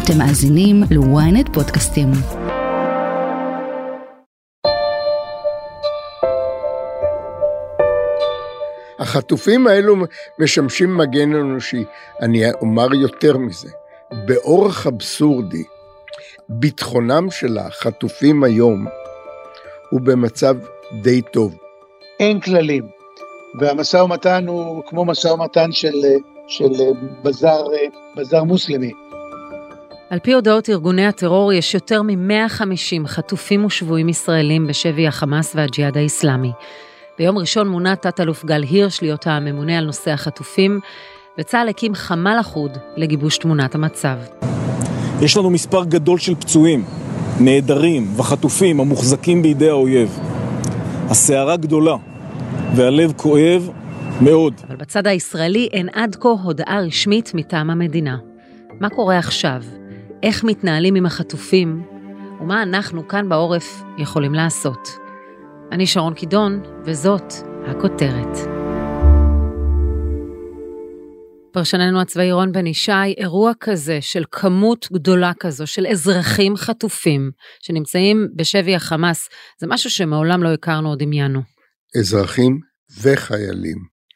אתם מאזינים ל-ynet פודקאסטים. החטופים האלו משמשים מגן אנושי. אני אומר יותר מזה. באורח אבסורדי, ביטחונם של החטופים היום הוא במצב די טוב. אין כללים, והמשא ומתן הוא כמו משא ומתן של בזאר מוסלמי. על פי הודעות ארגוני הטרור יש יותר מ-150 חטופים ושבויים ישראלים בשבי החמאס והג'יהאד האסלאמי. ביום ראשון מונה תת-אלוף גל הירש להיות הממונה על נושא החטופים, וצה"ל הקים חמ"ל אחוד לגיבוש תמונת המצב. יש לנו מספר גדול של פצועים, נעדרים וחטופים המוחזקים בידי האויב. הסערה גדולה והלב כואב מאוד. אבל בצד הישראלי אין עד כה הודעה רשמית מטעם המדינה. מה קורה עכשיו? איך מתנהלים עם החטופים? ומה אנחנו כאן בעורף יכולים לעשות? אני שרון קידון, וזאת הכותרת. פרשננו הצבאי רון בן ישי, אירוע כזה של כמות גדולה כזו של אזרחים חטופים שנמצאים בשבי החמאס, זה משהו שמעולם לא הכרנו או דמיינו. אזרחים וחיילים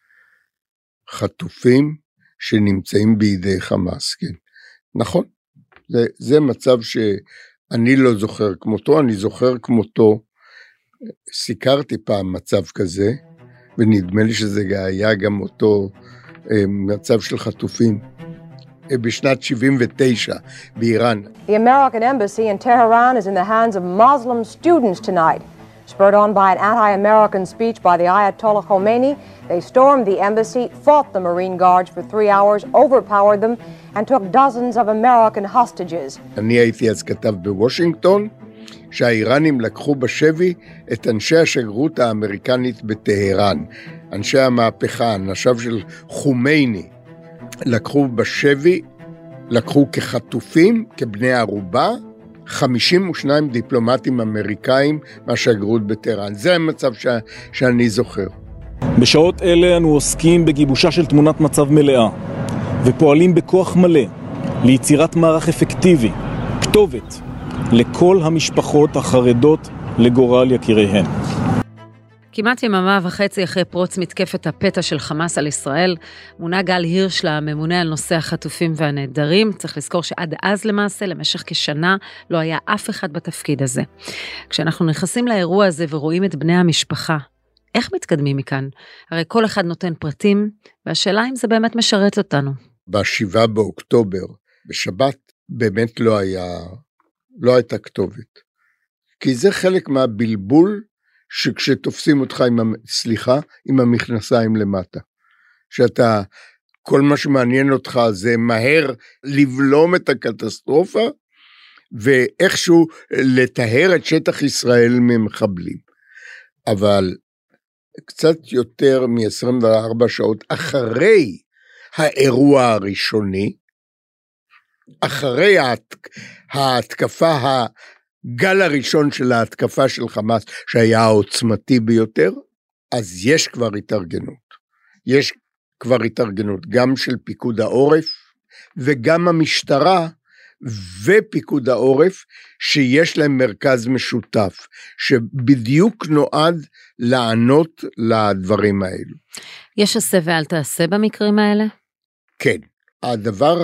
חטופים שנמצאים בידי חמאס, כן. נכון, זה מצב שאני לא זוכר כמותו, אני זוכר כמותו, סיקרתי פעם מצב כזה, ונדמה לי שזה היה גם אותו מצב של חטופים, בשנת 79 באיראן. The American embassy in Tehran is in the hands of Muslim students tonight. Spurred on by an anti-American speech by the Ayatollah Khomeini, they stormed the embassy, fought the Marine Guards for 3 hours, overpowered them, and took dozens of American hostages. אני הייתי אז כתב בוושינגטון, שהאיראנים לקחו בשבי את אנשי השגרירות האמריקנית בטהרן. אנשי המהפכה, אנשיו של חומייני, לקחו בשבי, לקחו כחטופים, כבני ערובה, 52 דיפלומטים אמריקאים מהשגרירות בטהרן. זה המצב שאני זוכר. בשעות אלה אנו עוסקים בגיבושה של תמונת מצב מלאה, ופועלים בכוח מלא ליצירת מערך אפקטיבי, כתובת, לכל המשפחות החרדות לגורל יקיריהן. כמעט יממה וחצי אחרי פרוץ מתקפת הפתע של חמאס על ישראל, מונה גל הירש לממונה על נושא החטופים והנעדרים. צריך לזכור שעד אז למעשה, למשך כשנה, לא היה אף אחד בתפקיד הזה. כשאנחנו נכנסים לאירוע הזה ורואים את בני המשפחה, איך מתקדמים מכאן? הרי כל אחד נותן פרטים, והשאלה אם זה באמת משרת אותנו. ב7 באוקטובר, בשבת, באמת לא הייתה כתובת. כי זה חלק מהבלבול, שכשתופסים אותך עם המכנסיים למטה, שאתה, כל מה שמעניין אותך זה מהר לבלום את הקטסטרופה, ואיכשהו לטהר את שטח ישראל ממחבלים. אבל קצת יותר מ-24 שעות אחרי האירוע הראשוני, אחרי ההתקפה, הגל הראשון של ההתקפה של חמאס, שהיה העוצמתי ביותר, אז יש כבר התארגנות. יש כבר התארגנות גם של פיקוד העורף, וגם המשטרה ופיקוד העורף, שיש להם מרכז משותף, שבדיוק נועד לענות לדברים האלו. יש עשה ואל תעשה במקרים האלה? כן. הדבר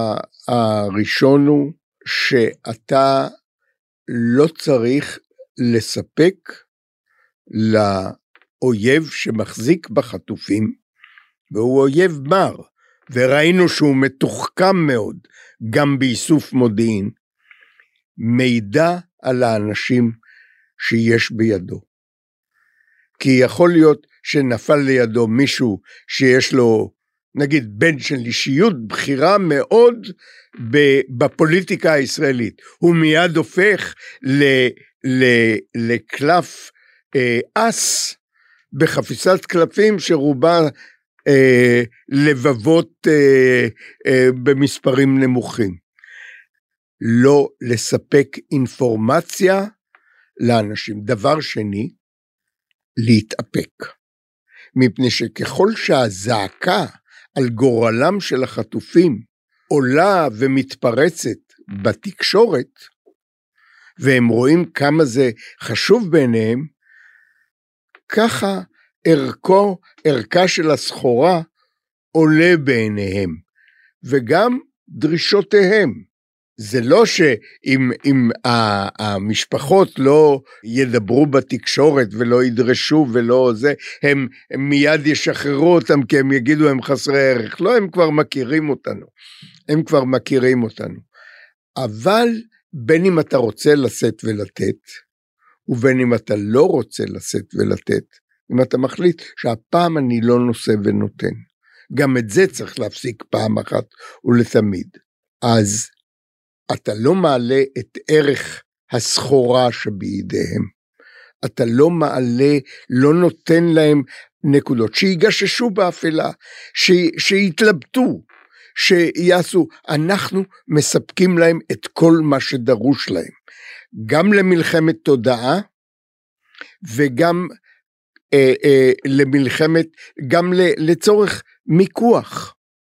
הראשון הוא שאתה לא צריך לספק לאויב שמחזיק בחטופים, והוא אויב מר, וראינו שהוא מתוחכם מאוד, גם באיסוף מודיעין, מידע על האנשים שיש בידו. כי יכול להיות שנפל לידו מישהו שיש לו, נגיד, בן של אישיות בחירה מאוד בפוליטיקה הישראלית. הוא מיד הופך לקלף אס בחפיסת קלפים שרובה לבבות במספרים נמוכים. לא לספק אינפורמציה לאנשים. דבר שני, להתאפק. מפני שככל שהזעקה על גורלם של החטופים עולה ומתפרצת בתקשורת, והם רואים כמה זה חשוב בעיניהם, ככה ערכה של הסחורה עולה בעיניהם, וגם דרישותיהם. זה לא שאם המשפחות לא ידברו בתקשורת ולא ידרשו ולא זה, הם מיד ישחררו אותם כי הם יגידו הם חסרי ערך. לא, הם כבר מכירים אותנו. אבל בין אם אתה רוצה לשאת ולתת, ובין אם אתה לא רוצה לשאת ולתת, אם אתה מחליט שהפעם אני לא נושא ונותן, גם את זה צריך להפסיק פעם אחת ולתמיד. אז אתה לא מעלה את ערך הסחורה שבידיהם. אתה לא מעלה, לא נותן להם נקודות, שיגששו באפלה, שיתלבטו, שיעשו. אנחנו מספקים להם את כל מה שדרוש להם. גם למלחמת תודעה, וגם למלחמת, גם לצורך מיקוח.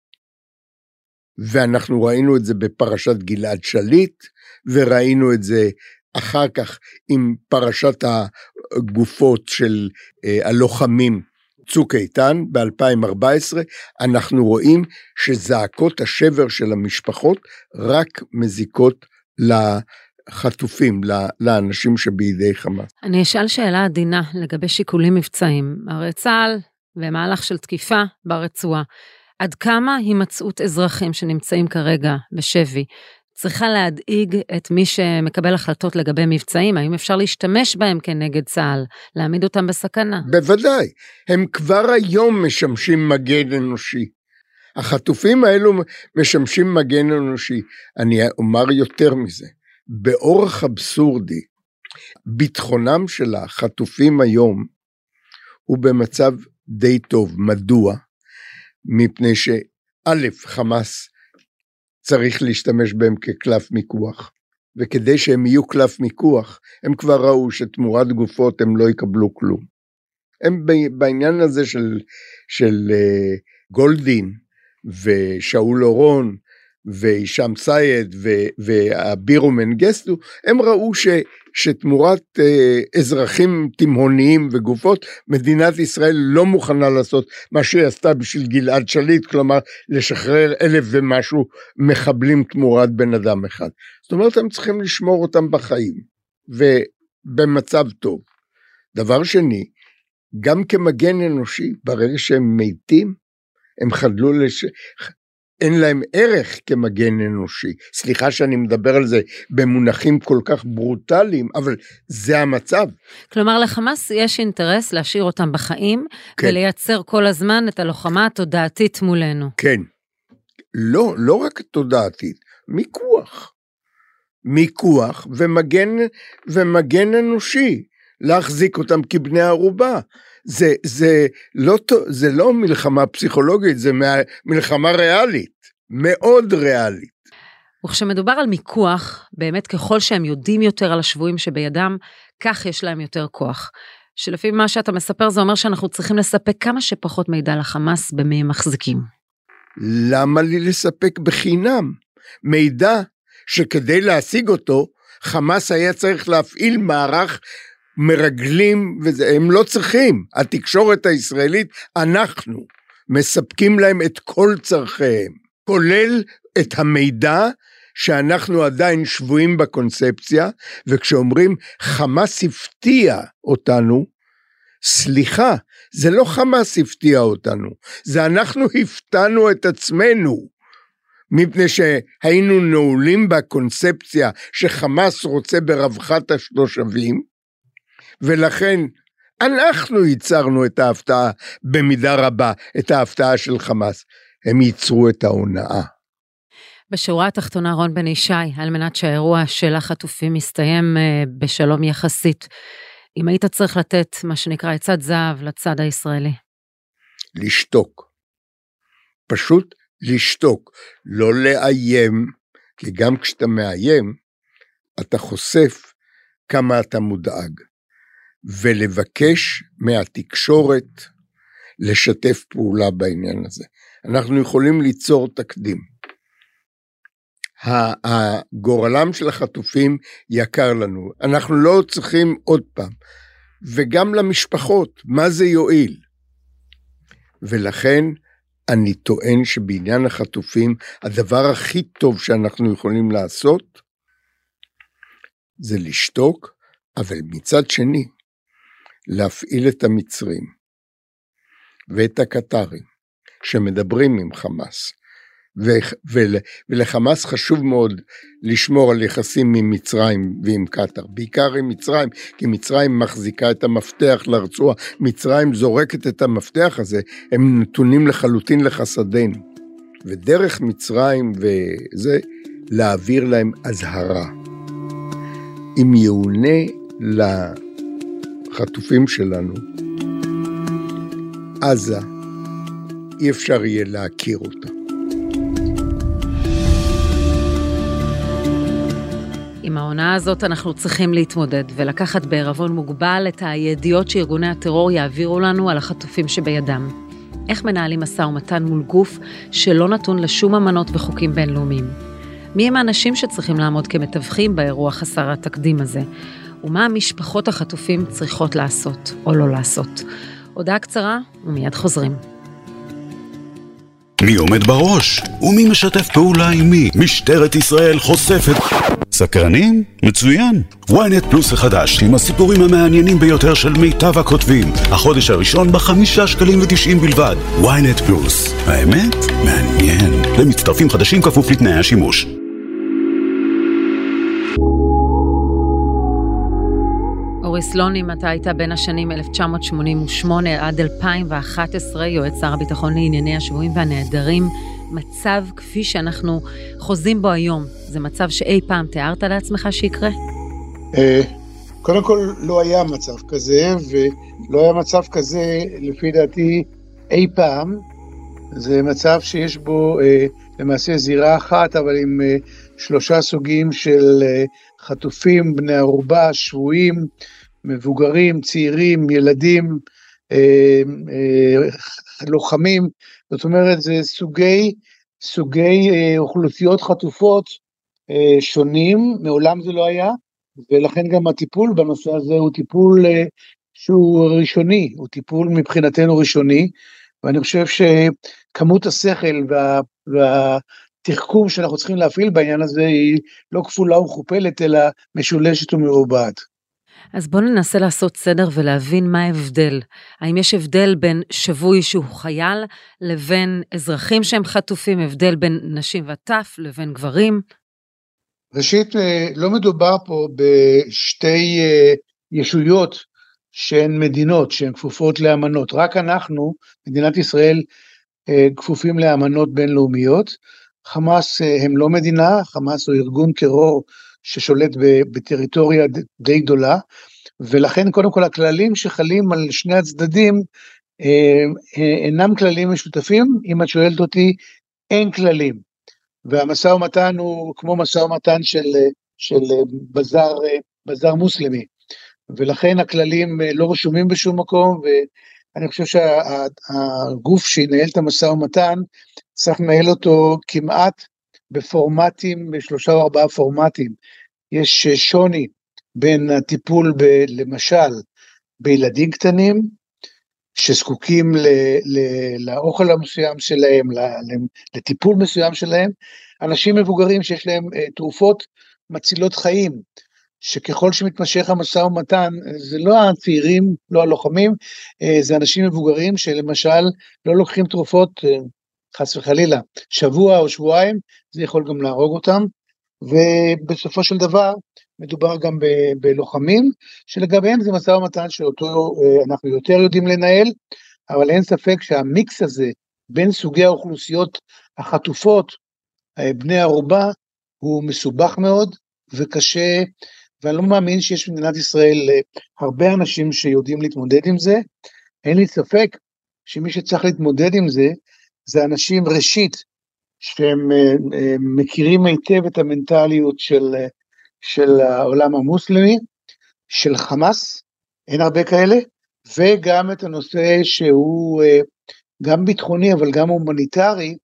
ואנחנו ראינו את זה בפרשת גלעד שליט, וראינו את זה אחר כך עם פרשת הגופות של הלוחמים צוק איתן ב-2014, אנחנו רואים שזעקות השבר של המשפחות רק מזיקות לחטופים, לאנשים שבידי חמאס. אני אשאל שאלה עדינה לגבי שיקולים מבצעיים. הרי צה"ל במהלך של תקיפה ברצועה, עד כמה הימצאות אזרחים שנמצאים כרגע בשבי, צריכה להדאיג את מי שמקבל החלטות לגבי מבצעים? האם אפשר להשתמש בהם כנגד צה"ל, להעמיד אותם בסכנה? בוודאי, הם כבר היום משמשים מגן אנושי. החטופים האלו משמשים מגן אנושי. אני אומר יותר מזה, באורח אבסורדי, ביטחונם של החטופים היום, הוא במצב די טוב. מדוע? מפני שא' חמאס צריך להשתמש בהם כקלף מיקוח, וכדי שהם יהיו קלף מיקוח, הם כבר ראו שתמורת גופות הם לא יקבלו כלום. הם בעניין הזה של גולדין, ושאול אורון, וישם סייד, והבירו מנגסטו, הם ראו שתמורת אזרחים תימהוניים וגופות, מדינת ישראל לא מוכנה לעשות מה שהיא עשתה בשביל גלעד שליט, כלומר לשחרר 1,000 ומשהו מחבלים תמורת בן אדם אחד. זאת אומרת, הם צריכים לשמור אותם בחיים, ובמצב טוב. דבר שני, גם כמגן אנושי, ברגע שהם מתים, הם חדלו אין להם ערך כמגן אנושי. סליחה שאני מדבר על זה במונחים כל כך ברוטליים, אבל זה המצב. כלומר, לחמאס יש אינטרס להשאיר אותם בחיים, כן. ולייצר כל הזמן את הלוחמה התודעתית מולנו. כן. לא רק תודעתית, מיקוח ומגן אנושי, להחזיק אותם כבני ערובה. זה לא מלחמה פסיכולוגית, זה מלחמה ריאלית, מאוד ריאלית. וכשמדובר על מיקוח, באמת ככל שהם יודעים יותר על השבויים שבידם, כך יש להם יותר כוח. שלפי מה שאתה מספר, זה אומר שאנחנו צריכים לספק כמה שפחות מידע לחמאס במי הם מחזיקים. למה לי לספק בחינם? מידע שכדי להשיג אותו, חמאס היה צריך להפעיל מערך מרגלים, והם לא צריכים. התקשורת הישראלית, אנחנו מספקים להם את כל צרכיהם, כולל את המידע שאנחנו עדיין שבויים בקונספציה, וכשאומרים חמאס הפתיע אותנו, סליחה, זה לא חמאס הפתיע אותנו, זה אנחנו הפתענו את עצמנו, מפני שהיינו נעולים בקונספציה שחמאס רוצה ברווחת התושבים, ולכן אנחנו ייצרנו את ההפתעה במידה רבה, את ההפתעה של חמאס. הם ייצרו את ההונאה. בשורה התחתונה רון בן ישי, על מנת שהאירוע של החטופים יסתיים בשלום יחסית, אם היית צריך לתת מה שנקרא עצת זהב לצד הישראלי? לשתוק. פשוט לשתוק. לא לאיים, כי גם כשאתה מאיים, אתה חושף כמה אתה מודאג. ולבקש מהתקשורת לשתף פעולה בעניין הזה. אנחנו יכולים ליצור תקדים. הגורלם של החטופים יקר לנו, אנחנו לא צריכים עוד פעם, וגם למשפחות, מה זה יועיל? ולכן אני טוען שבעניין החטופים, הדבר הכי טוב שאנחנו יכולים לעשות, זה לשתוק, אבל מצד שני, להפעיל את המצרים, ואת הקטרים, שמדברים עם חמאס, ולחמאס חשוב מאוד לשמור על יחסים עם מצרים ועם קטר, בעיקר עם מצרים, כי מצרים מחזיקה את המפתח לרצוע, מצרים זורקת את המפתח הזה, הם נתונים לחלוטין לחסדינו, ודרך מצרים וזה, להעביר להם הזהרה, אם יעונה לחטופים שלנו, עזה, אי אפשר יהיה להכיר אותה. עם העונה הזאת אנחנו צריכים להתמודד ולקחת בערבון מוגבל את הידיעות שארגוני הטרור יעבירו לנו על החטופים שבידם. איך מנהלים משא ומתן מול גוף שלא נתון לשום אמנות וחוקים בינלאומיים? מי הם האנשים שצריכים לעמוד כמתווכים באירוע חסר התקדים הזה? ומה המשפחות החטופים צריכות לעשות או לא לעשות? הודעה קצרה ומיד חוזרים. מי עומד בראש? ומי משתף פעולה עם מי? משטרת ישראל חושפת. סקרנים? מצוין. ynet פלוס החדש עם הסיפורים המעניינים ביותר של מיטב הכותבים. החודש הראשון ב5.90 בלבד. ynet פלוס. האמת? מעניין. למצטרפים חדשים כפוף לתנאי השימוש. אורי סלונים, אתה היית בין השנים 1988 עד 2011 יועץ שר הביטחון לענייני השבויים והנעדרים. מצב כפי שאנחנו חוזים בו היום, זה מצב שאי פעם תיארת לעצמך שיקרה? קודם כל לא היה מצב כזה, ולא היה מצב כזה לפי דעתי אי פעם. זה מצב שיש בו למעשה זירה אחת, אבל עם 3 סוגים של חטופים, בני ערובה, שבויים, מבוגרים, צעירים, ילדים, לוחמים. זאת אומרת, זה סוגי אוכלוסיות חטופות שונים, מעולם זה לא היה, ולכן גם הטיפול בנושא הזה הוא טיפול שהוא ראשוני, הוא טיפול מבחינתנו ראשוני, ואני חושב שכמות השכל והתחכום שאנחנו צריכים להפעיל בעניין הזה היא לא כפולה ומכופלת, אלא משולשת ומרובעת. אז בואו ננסה לעשות סדר ולהבין מה ההבדל. האם יש הבדל בין שבוי שהוא חייל לבין אזרחים שהם חטופים, הבדל בין נשים וטף לבין גברים? ראשית, לא מדובר פה בשתי ישויות שהן מדינות, שהן כפופות לאמנות. רק אנחנו, מדינת ישראל, כפופים לאמנות בינלאומיות. חמאס הם לא מדינה, חמאס הוא ארגון טרור ששולט בטריטוריה די גדולה, ולכן קודם כל הכללים שחלים על שני הצדדים אינם כללים משותפים. אם את שואלת אותי, אין כללים, והמשא ומתן הוא כמו משא ומתן של בזאר מוסלמי, ולכן הכללים לא רשומים בשום מקום, ואני חושב שהגוף שינהל את המשא ומתן צריך לנהל אותו כמעט בפורמטים, ב3 או 4 פורמטים. יש שוני בין הטיפול למשל בילדים קטנים, שזקוקים לאוכל המסוים שלהם, לטיפול מסוים שלהם, אנשים מבוגרים שיש להם תרופות מצילות חיים, שככל שמתמשך המשא ומתן, זה לא הצעירים, לא הלוחמים, זה אנשים מבוגרים שלמשל לא לוקחים תרופות, חס וחלילה, שבוע או שבועיים, זה יכול גם להרוג אותם, ובסופו של דבר, מדובר גם בלוחמים, שלגביהם זה משא ומתן שאותו אנחנו יותר יודעים לנהל, אבל אין ספק שהמיקס הזה, בין סוגי האוכלוסיות החטופות, בני ערובה, הוא מסובך מאוד וקשה, ואני לא מאמין שיש במדינת ישראל הרבה אנשים שיודעים להתמודד עם זה. אין לי ספק שמי שצריך להתמודד עם זה, זה אנשים ראשית, שהם מכירים היטב את המנטליות של העולם המוסלמי, של חמאס, אין הרבה כאלה, וגם את הנושא שהוא גם ביטחוני, אבל גם הומניטרי,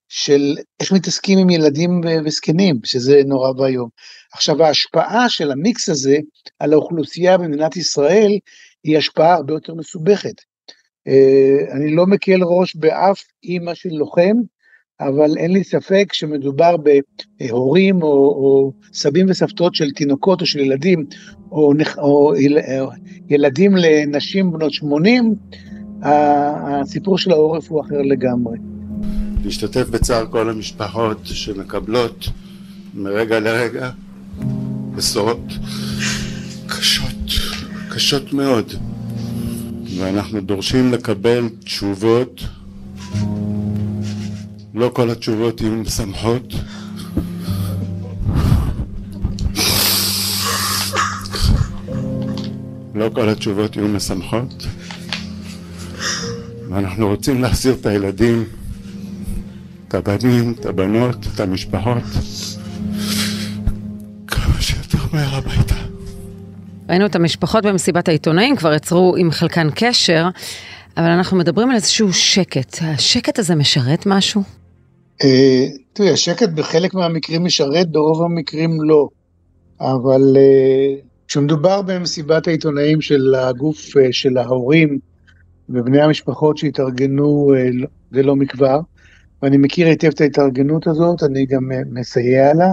של איך מתעסקים עם ילדים וזקנים, שזה נורא והיום. עכשיו ההשפעה של המיקס הזה על האוכלוסייה במדינת ישראל, היא השפעה הרבה יותר מסובכת. אני לא מקל ראש באף אימא של לוחם, אבל אין לי ספק שמדובר בהורים או סבים וסבתות של תינוקות או של ילדים, או ילדים לנשים בנות 80, הסיפור של העורף הוא אחר לגמרי. להשתתף בצער כל המשפחות שמקבלות מרגע לרגע בשורות קשות מאוד, ואנחנו דורשים לקבל תשובות. לא כל התשובות יהיו משמחות, לא כל התשובות יהיו משמחות, ואנחנו רוצים להחזיר את הילדים, את הבנים, את הבנות, את המשפחות, כמה שיותר מהר הביתה. ראינו את המשפחות במסיבת העיתונאים, כבר יצרו עם חלקן קשר, אבל אנחנו מדברים על איזשהו שקט. השקט הזה משרת משהו? תראי, השקט בחלק מהמקרים משרת, ברוב המקרים לא. אבל כשמדובר במסיבת העיתונאים של הגוף של ההורים ובני המשפחות שהתארגנו זה לא מכבר, ואני מכיר היטב את ההתארגנות הזאת, אני גם מסייע לה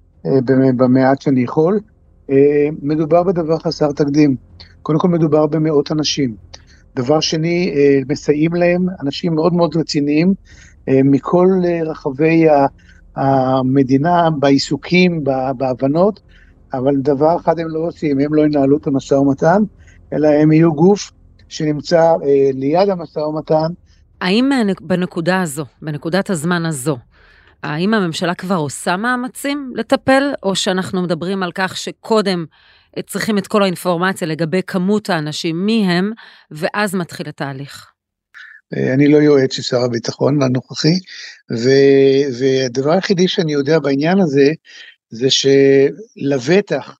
במעט שאני יכול. מדובר בדבר חסר תקדים. קודם כל מדובר במאות אנשים. דבר שני, מסייעים להם אנשים מאוד מאוד רציניים, מכל רחבי המדינה, בעיסוקים, בהבנות, אבל דבר אחד הם לא עושים, הם לא ינהלו את המשא ומתן, אלא הם יהיו גוף שנמצא ליד המשא ומתן. האם בנקודה הזו, בנקודת הזמן הזו, האם הממשלה כבר עושה מאמצים לטפל, או שאנחנו מדברים על כך שקודם צריכים את כל האינפורמציה לגבי כמות האנשים, מי הם, ואז מתחיל התהליך? אני לא יועץ של שר הביטחון הנוכחי, והדבר היחידי שאני יודע בעניין הזה, זה שלבטח,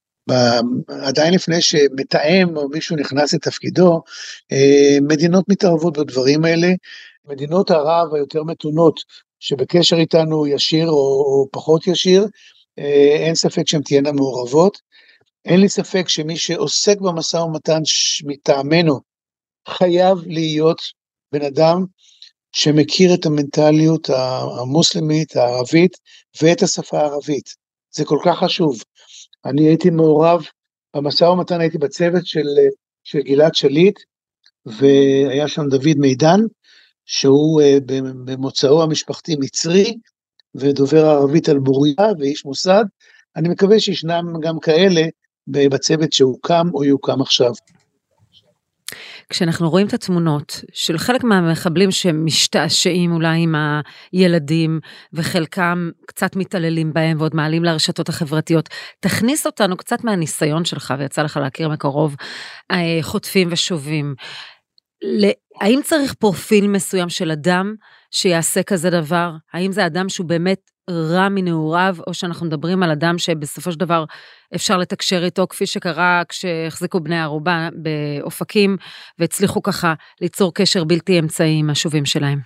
עדיין לפני שמתאם או מישהו נכנס לתפקידו, מדינות מתערבות בדברים האלה, מדינות ערב היותר מתונות, שבקשר איתנו ישיר או פחות ישיר, אין ספק שהן תהיינה מעורבות, אין לי ספק שמי שעוסק במשא ומתן מטעמנו, חייב להיות בן אדם שמכיר את המנטליות המוסלמית, הערבית, ואת השפה הערבית. זה כל כך חשוב. אני הייתי מעורב במשא ומתן, הייתי בצוות של גלעד שליט, והיה שם דוד מידן, שהוא במוצאו המשפחתי מצרי, ודובר ערבית על בוריה, ואיש מוסד. אני מקווה שישנם גם כאלה בצוות שהוקם או יוקם עכשיו. כשאנחנו רואים את התמונות של חלק מהמחבלים שמשתעשעים אולי עם הילדים, וחלקם קצת מתעללים בהם ועוד מעלים לרשתות החברתיות, תכניס אותנו קצת מהניסיון שלך, ויצא לך להכיר מקרוב, חוטפים ושובים. האם צריך פרופיל מסוים של אדם שיעשה כזה דבר? האם זה אדם שהוא באמת רע מנעוריו, או שאנחנו מדברים על אדם שבסופו של דבר אפשר לתקשר איתו, כפי שקרה כשהחזיקו בני ערובה באופקים, והצליחו ככה ליצור קשר בלתי אמצעי עם השובים שלהם?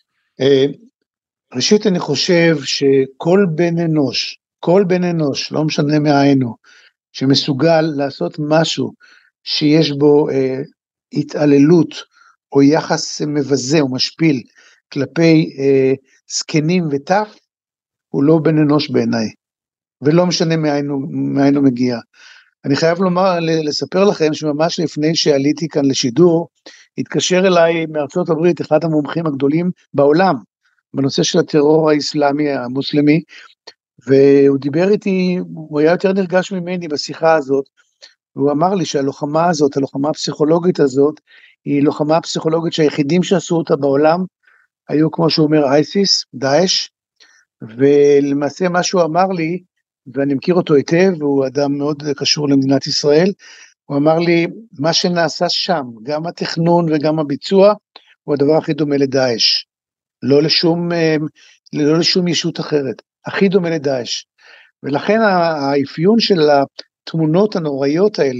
ראשית אני חושב שכל בן אנוש, לא משנה מהעינו, שמסוגל לעשות משהו שיש בו התעללות, או יחס מבזה או משפיל, כלפי זקנים וטף, הוא לא בן אנוש בעיניי, ולא משנה מאינו מגיע. אני חייב לספר לכם שממש לפני שעליתי כאן לשידור, התקשר אליי מארצות הברית, אחד המומחים הגדולים בעולם, בנושא של הטרור האסלאמי המוסלמי, והוא דיבר איתי, הוא היה יותר נרגש ממני בשיחה הזאת, והוא אמר לי שהלוחמה הזאת, הלוחמה הפסיכולוגית הזאת, היא לוחמה פסיכולוגית שהיחידים שעשו אותה בעולם, היו כמו שהוא אומר אייסיס, דאעש, ולמעשה מה שהוא אמר לי, ואני מכיר אותו היטב, והוא אדם מאוד קשור למדינת ישראל, הוא אמר לי, מה שנעשה שם, גם התכנון וגם הביצוע, הוא הדבר הכי דומה לדאעש, לא לשום ישות אחרת, הכי דומה לדאעש, ולכן האפיון של התמונות הנוראיות האלה,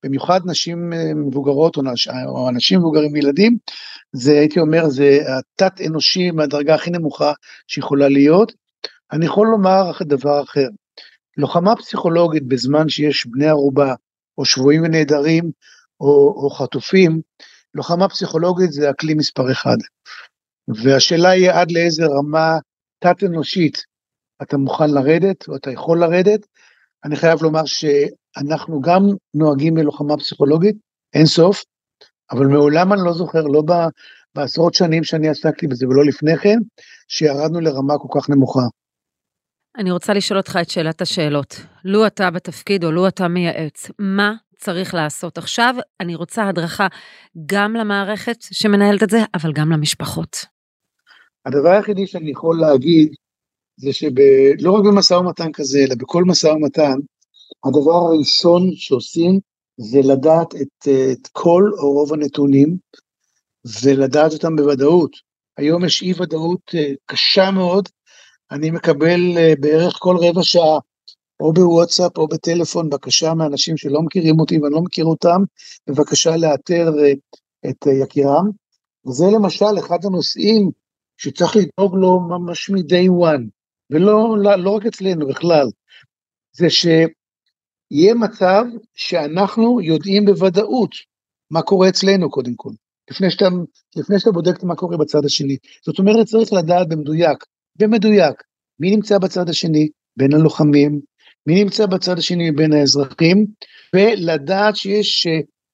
במיוחד נשים מבוגרות או אנשים מבוגרים וילדים, זה הייתי אומר, זה התת אנושי מהדרגה הכי נמוכה שיכולה להיות. אני יכול לומר דבר אחר, לוחמה פסיכולוגית בזמן שיש בני ערובה, או שבויים ונעדרים, או חטופים, לוחמה פסיכולוגית זה הכלי מספר אחד. והשאלה היא עד לאיזה רמה תת אנושית אתה מוכן לרדת, או אתה יכול לרדת. אני חייב לומר שאנחנו גם נוהגים בלוחמה פסיכולוגית, אין סוף, אבל מעולם אני לא זוכר, לא בעשרות שנים שאני עסקתי בזה ולא לפני כן, שירדנו לרמה כל כך נמוכה. אני רוצה לשאול אותך את שאלת השאלות. לו אתה בתפקיד או לו אתה מייעץ, מה צריך לעשות עכשיו? אני רוצה הדרכה גם למערכת שמנהלת את זה, אבל גם למשפחות. הדבר היחידי שאני יכול להגיד, זה שלא רק במשא ומתן כזה, אלא בכל משא ומתן, הדבר הראשון שעושים, זה לדעת את כל או רוב הנתונים, ולדעת אותם בוודאות. היום יש אי ודאות קשה מאוד, אני מקבל בערך כל רבע שעה, או בוואטסאפ או בטלפון, בקשה מאנשים שלא מכירים אותי ואני לא מכיר אותם, בבקשה לאתר את יקירם, וזה למשל אחד הנושאים שצריך לדאוג לו ממש מ-day one, ולא רק אצלנו בכלל, זה שיהיה מצב שאנחנו יודעים בוודאות מה קורה אצלנו קודם כל, לפני שאתה בודק מה קורה בצד השני. זאת אומרת, צריך לדעת במדויק, מי נמצא בצד השני בין הלוחמים, מי נמצא בצד השני בין האזרחים, ולדעת שיש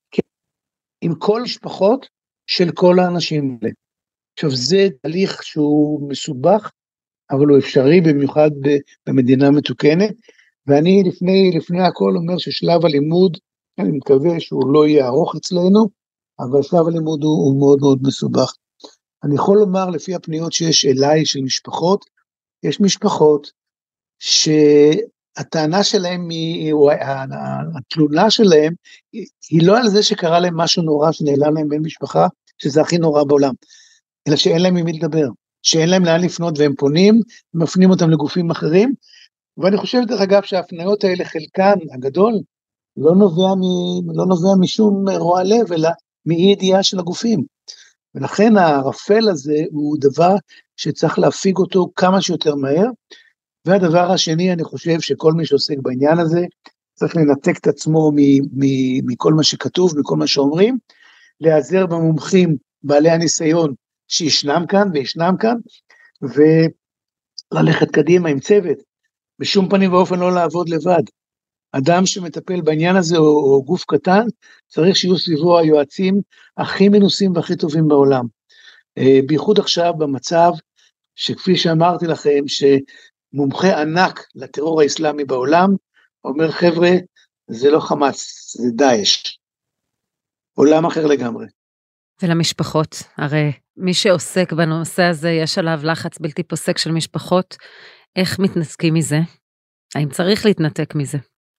עם כל משפחות של כל האנשים האלה. עכשיו זה תהליך שהוא מסובך, אבל הוא אפשרי במיוחד במדינה מתוקנת, ואני לפני הכל אומר ששלב הלימוד, אני מקווה שהוא לא יהיה ארוך אצלנו, אבל שלב הלימוד הוא מאוד מאוד מסובך. אני יכול לומר לפי הפניות שיש אליי של משפחות, יש משפחות שהטענה שלהם, התלונה שלהם, היא לא על זה שקרה להם משהו נורא שנעלם להם בין משפחה, שזה הכי נורא בעולם, אלא שאין להם עם מי לדבר, שאין להם לאן לפנות והם פונים, מפנים אותם לגופים אחרים, ואני חושב דרך אגב שההפניות האלה חלקן הגדול, לא נובע משום רוע לב, אלא מאי ידיעה של הגופים. ולכן הרפל הזה הוא דבר שצריך להפיג אותו כמה שיותר מהר, והדבר השני, אני חושב שכל מי שעוסק בעניין הזה, צריך לנתק את עצמו מכל מה שכתוב, מכל מה שאומרים, להיעזר במומחים בעלי הניסיון שישנם כאן, וללכת קדימה עם צוות, בשום פנים ואופן לא לעבוד לבד. אדם שמטפל בעניין הזה, או גוף קטן, צריך שיהיו סביבו היועצים הכי מנוסים והכי טובים בעולם. בייחוד עכשיו במצב, שכפי שאמרתי לכם, שמומחה ענק לטרור האסלאמי בעולם, אומר חבר'ה, זה לא חמאס, זה דאעש. עולם אחר לגמרי. ולמשפחות, הרי מי שעוסק בנושא הזה, יש עליו לחץ בלתי פוסק של משפחות, איך מתנתקים מזה? האם צריך להתנתק מזה?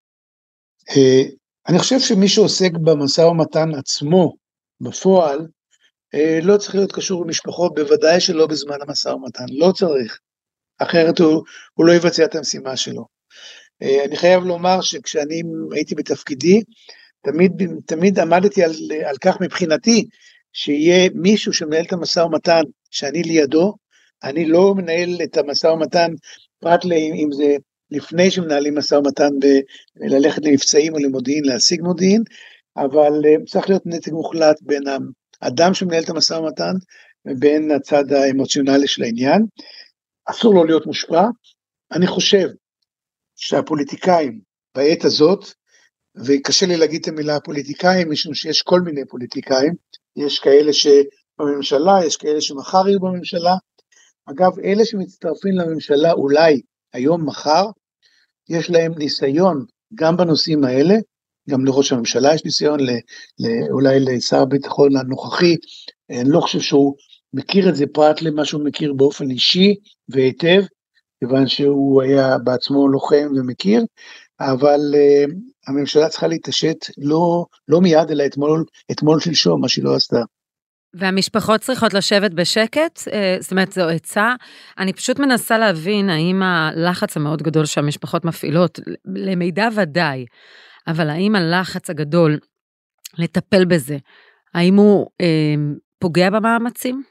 אני חושב שמי שעוסק במשא ומתן עצמו, בפועל, לא צריך להיות קשור במשפחות, בוודאי שלא בזמן המשא ומתן, לא צריך, אחרת הוא לא יבצע את המשימה שלו. אני חייב לומר שכשאני הייתי בתפקידי, תמיד עמדתי על כך מבחינתי, שיהיה מישהו שמנהל את המשא ומתן, שאני לידו, אני לא מנהל את המשא ומתן, פרט אם זה לפני שמנהלים משא ומתן, ללכת למבצעים או למודיעין, להשיג מודיעין, אבל צריך להיות נתק מוחלט בין האדם שמנהל את המשא ומתן, ובין הצד האמוציונלי של העניין, אסור לו להיות מושפע. אני חושב שהפוליטיקאים בעת הזאת, וקשה לי להגיד את המילה הפוליטיקאים, משום שיש כל מיני פוליטיקאים, יש כאלה שבממשלה, יש כאלה שמחר יהיו בממשלה, אגב, אלה שמצטרפים לממשלה אולי היום מחר, יש להם ניסיון גם בנושאים האלה, גם לראש הממשלה יש ניסיון, אולי לשר הביטחון הנוכחי, אני לא חושב שהוא מכיר את זה פרט למה שהוא מכיר באופן אישי והיטב, כיוון שהוא היה בעצמו לוחם ומכיר, אבל הממשלה צריכה להתעשת לא מיד, אלא אתמול שלשום, מה שהיא לא עשתה. והמשפחות צריכות לשבת בשקט, זאת אומרת, זו עצה, אני פשוט מנסה להבין האם הלחץ המאוד גדול שהמשפחות מפעילות, למידע ודאי, אבל האם הלחץ הגדול לטפל בזה, האם הוא פוגע במאמצים?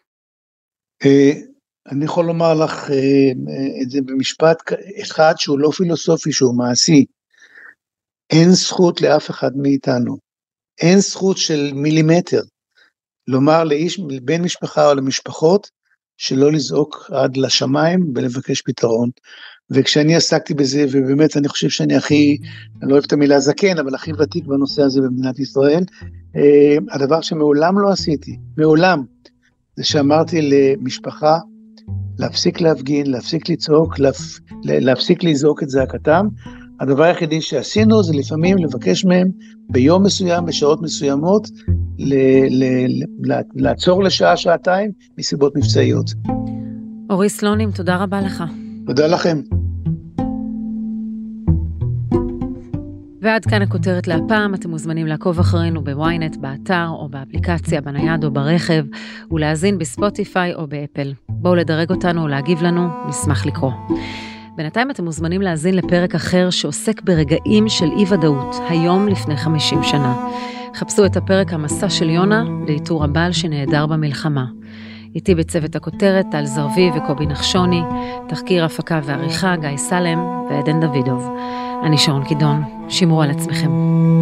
אני יכול לומר לך את זה במשפט אחד שהוא לא פילוסופי, שהוא מעשי. אין זכות לאף אחד מאיתנו, אין זכות של מילימטר, לומר לאיש, בן משפחה או למשפחות, שלא לזעוק עד לשמיים ולבקש פתרון. וכשאני עסקתי בזה, ובאמת אני חושב שאני הכי, אני לא אוהב את המילה זקן, אבל הכי ותיק בנושא הזה במדינת ישראל, הדבר שמעולם לא עשיתי, מעולם, זה שאמרתי למשפחה, להפסיק להפגין, להפסיק לצעוק, להפסיק לזעוק את זעקתם. הדבר היחידי שעשינו זה לפעמים לבקש מהם ביום מסוים, בשעות מסוימות, לעצור לשעה, שעתיים, מסיבות מבצעיות. אורי סלונים, תודה רבה לך. תודה לכם. ועד כאן הכותרת להפעם. אתם מוזמנים לעקוב אחרינו בוויינט, באתר או באפליקציה, בנייד או ברכב, ולהזין בספוטיפיי או באפל. בואו לדרג אותנו ולהגיב לנו, נשמח לקרוא. בינתיים אתם מוזמנים להזין לפרק אחר שעוסק ברגעים של אי-ודאות, היום לפני 50 שנה. חפשו את הפרק המסע של יונה לאיתור הבעל שנעדר במלחמה. איתי בצוות הכותרת טל זרבי וקובי נחשוני, תחקיר הפקה ועריכה גיא סלם ועדן דוידוב. אני שרון קידון, שמרו על עצמכם.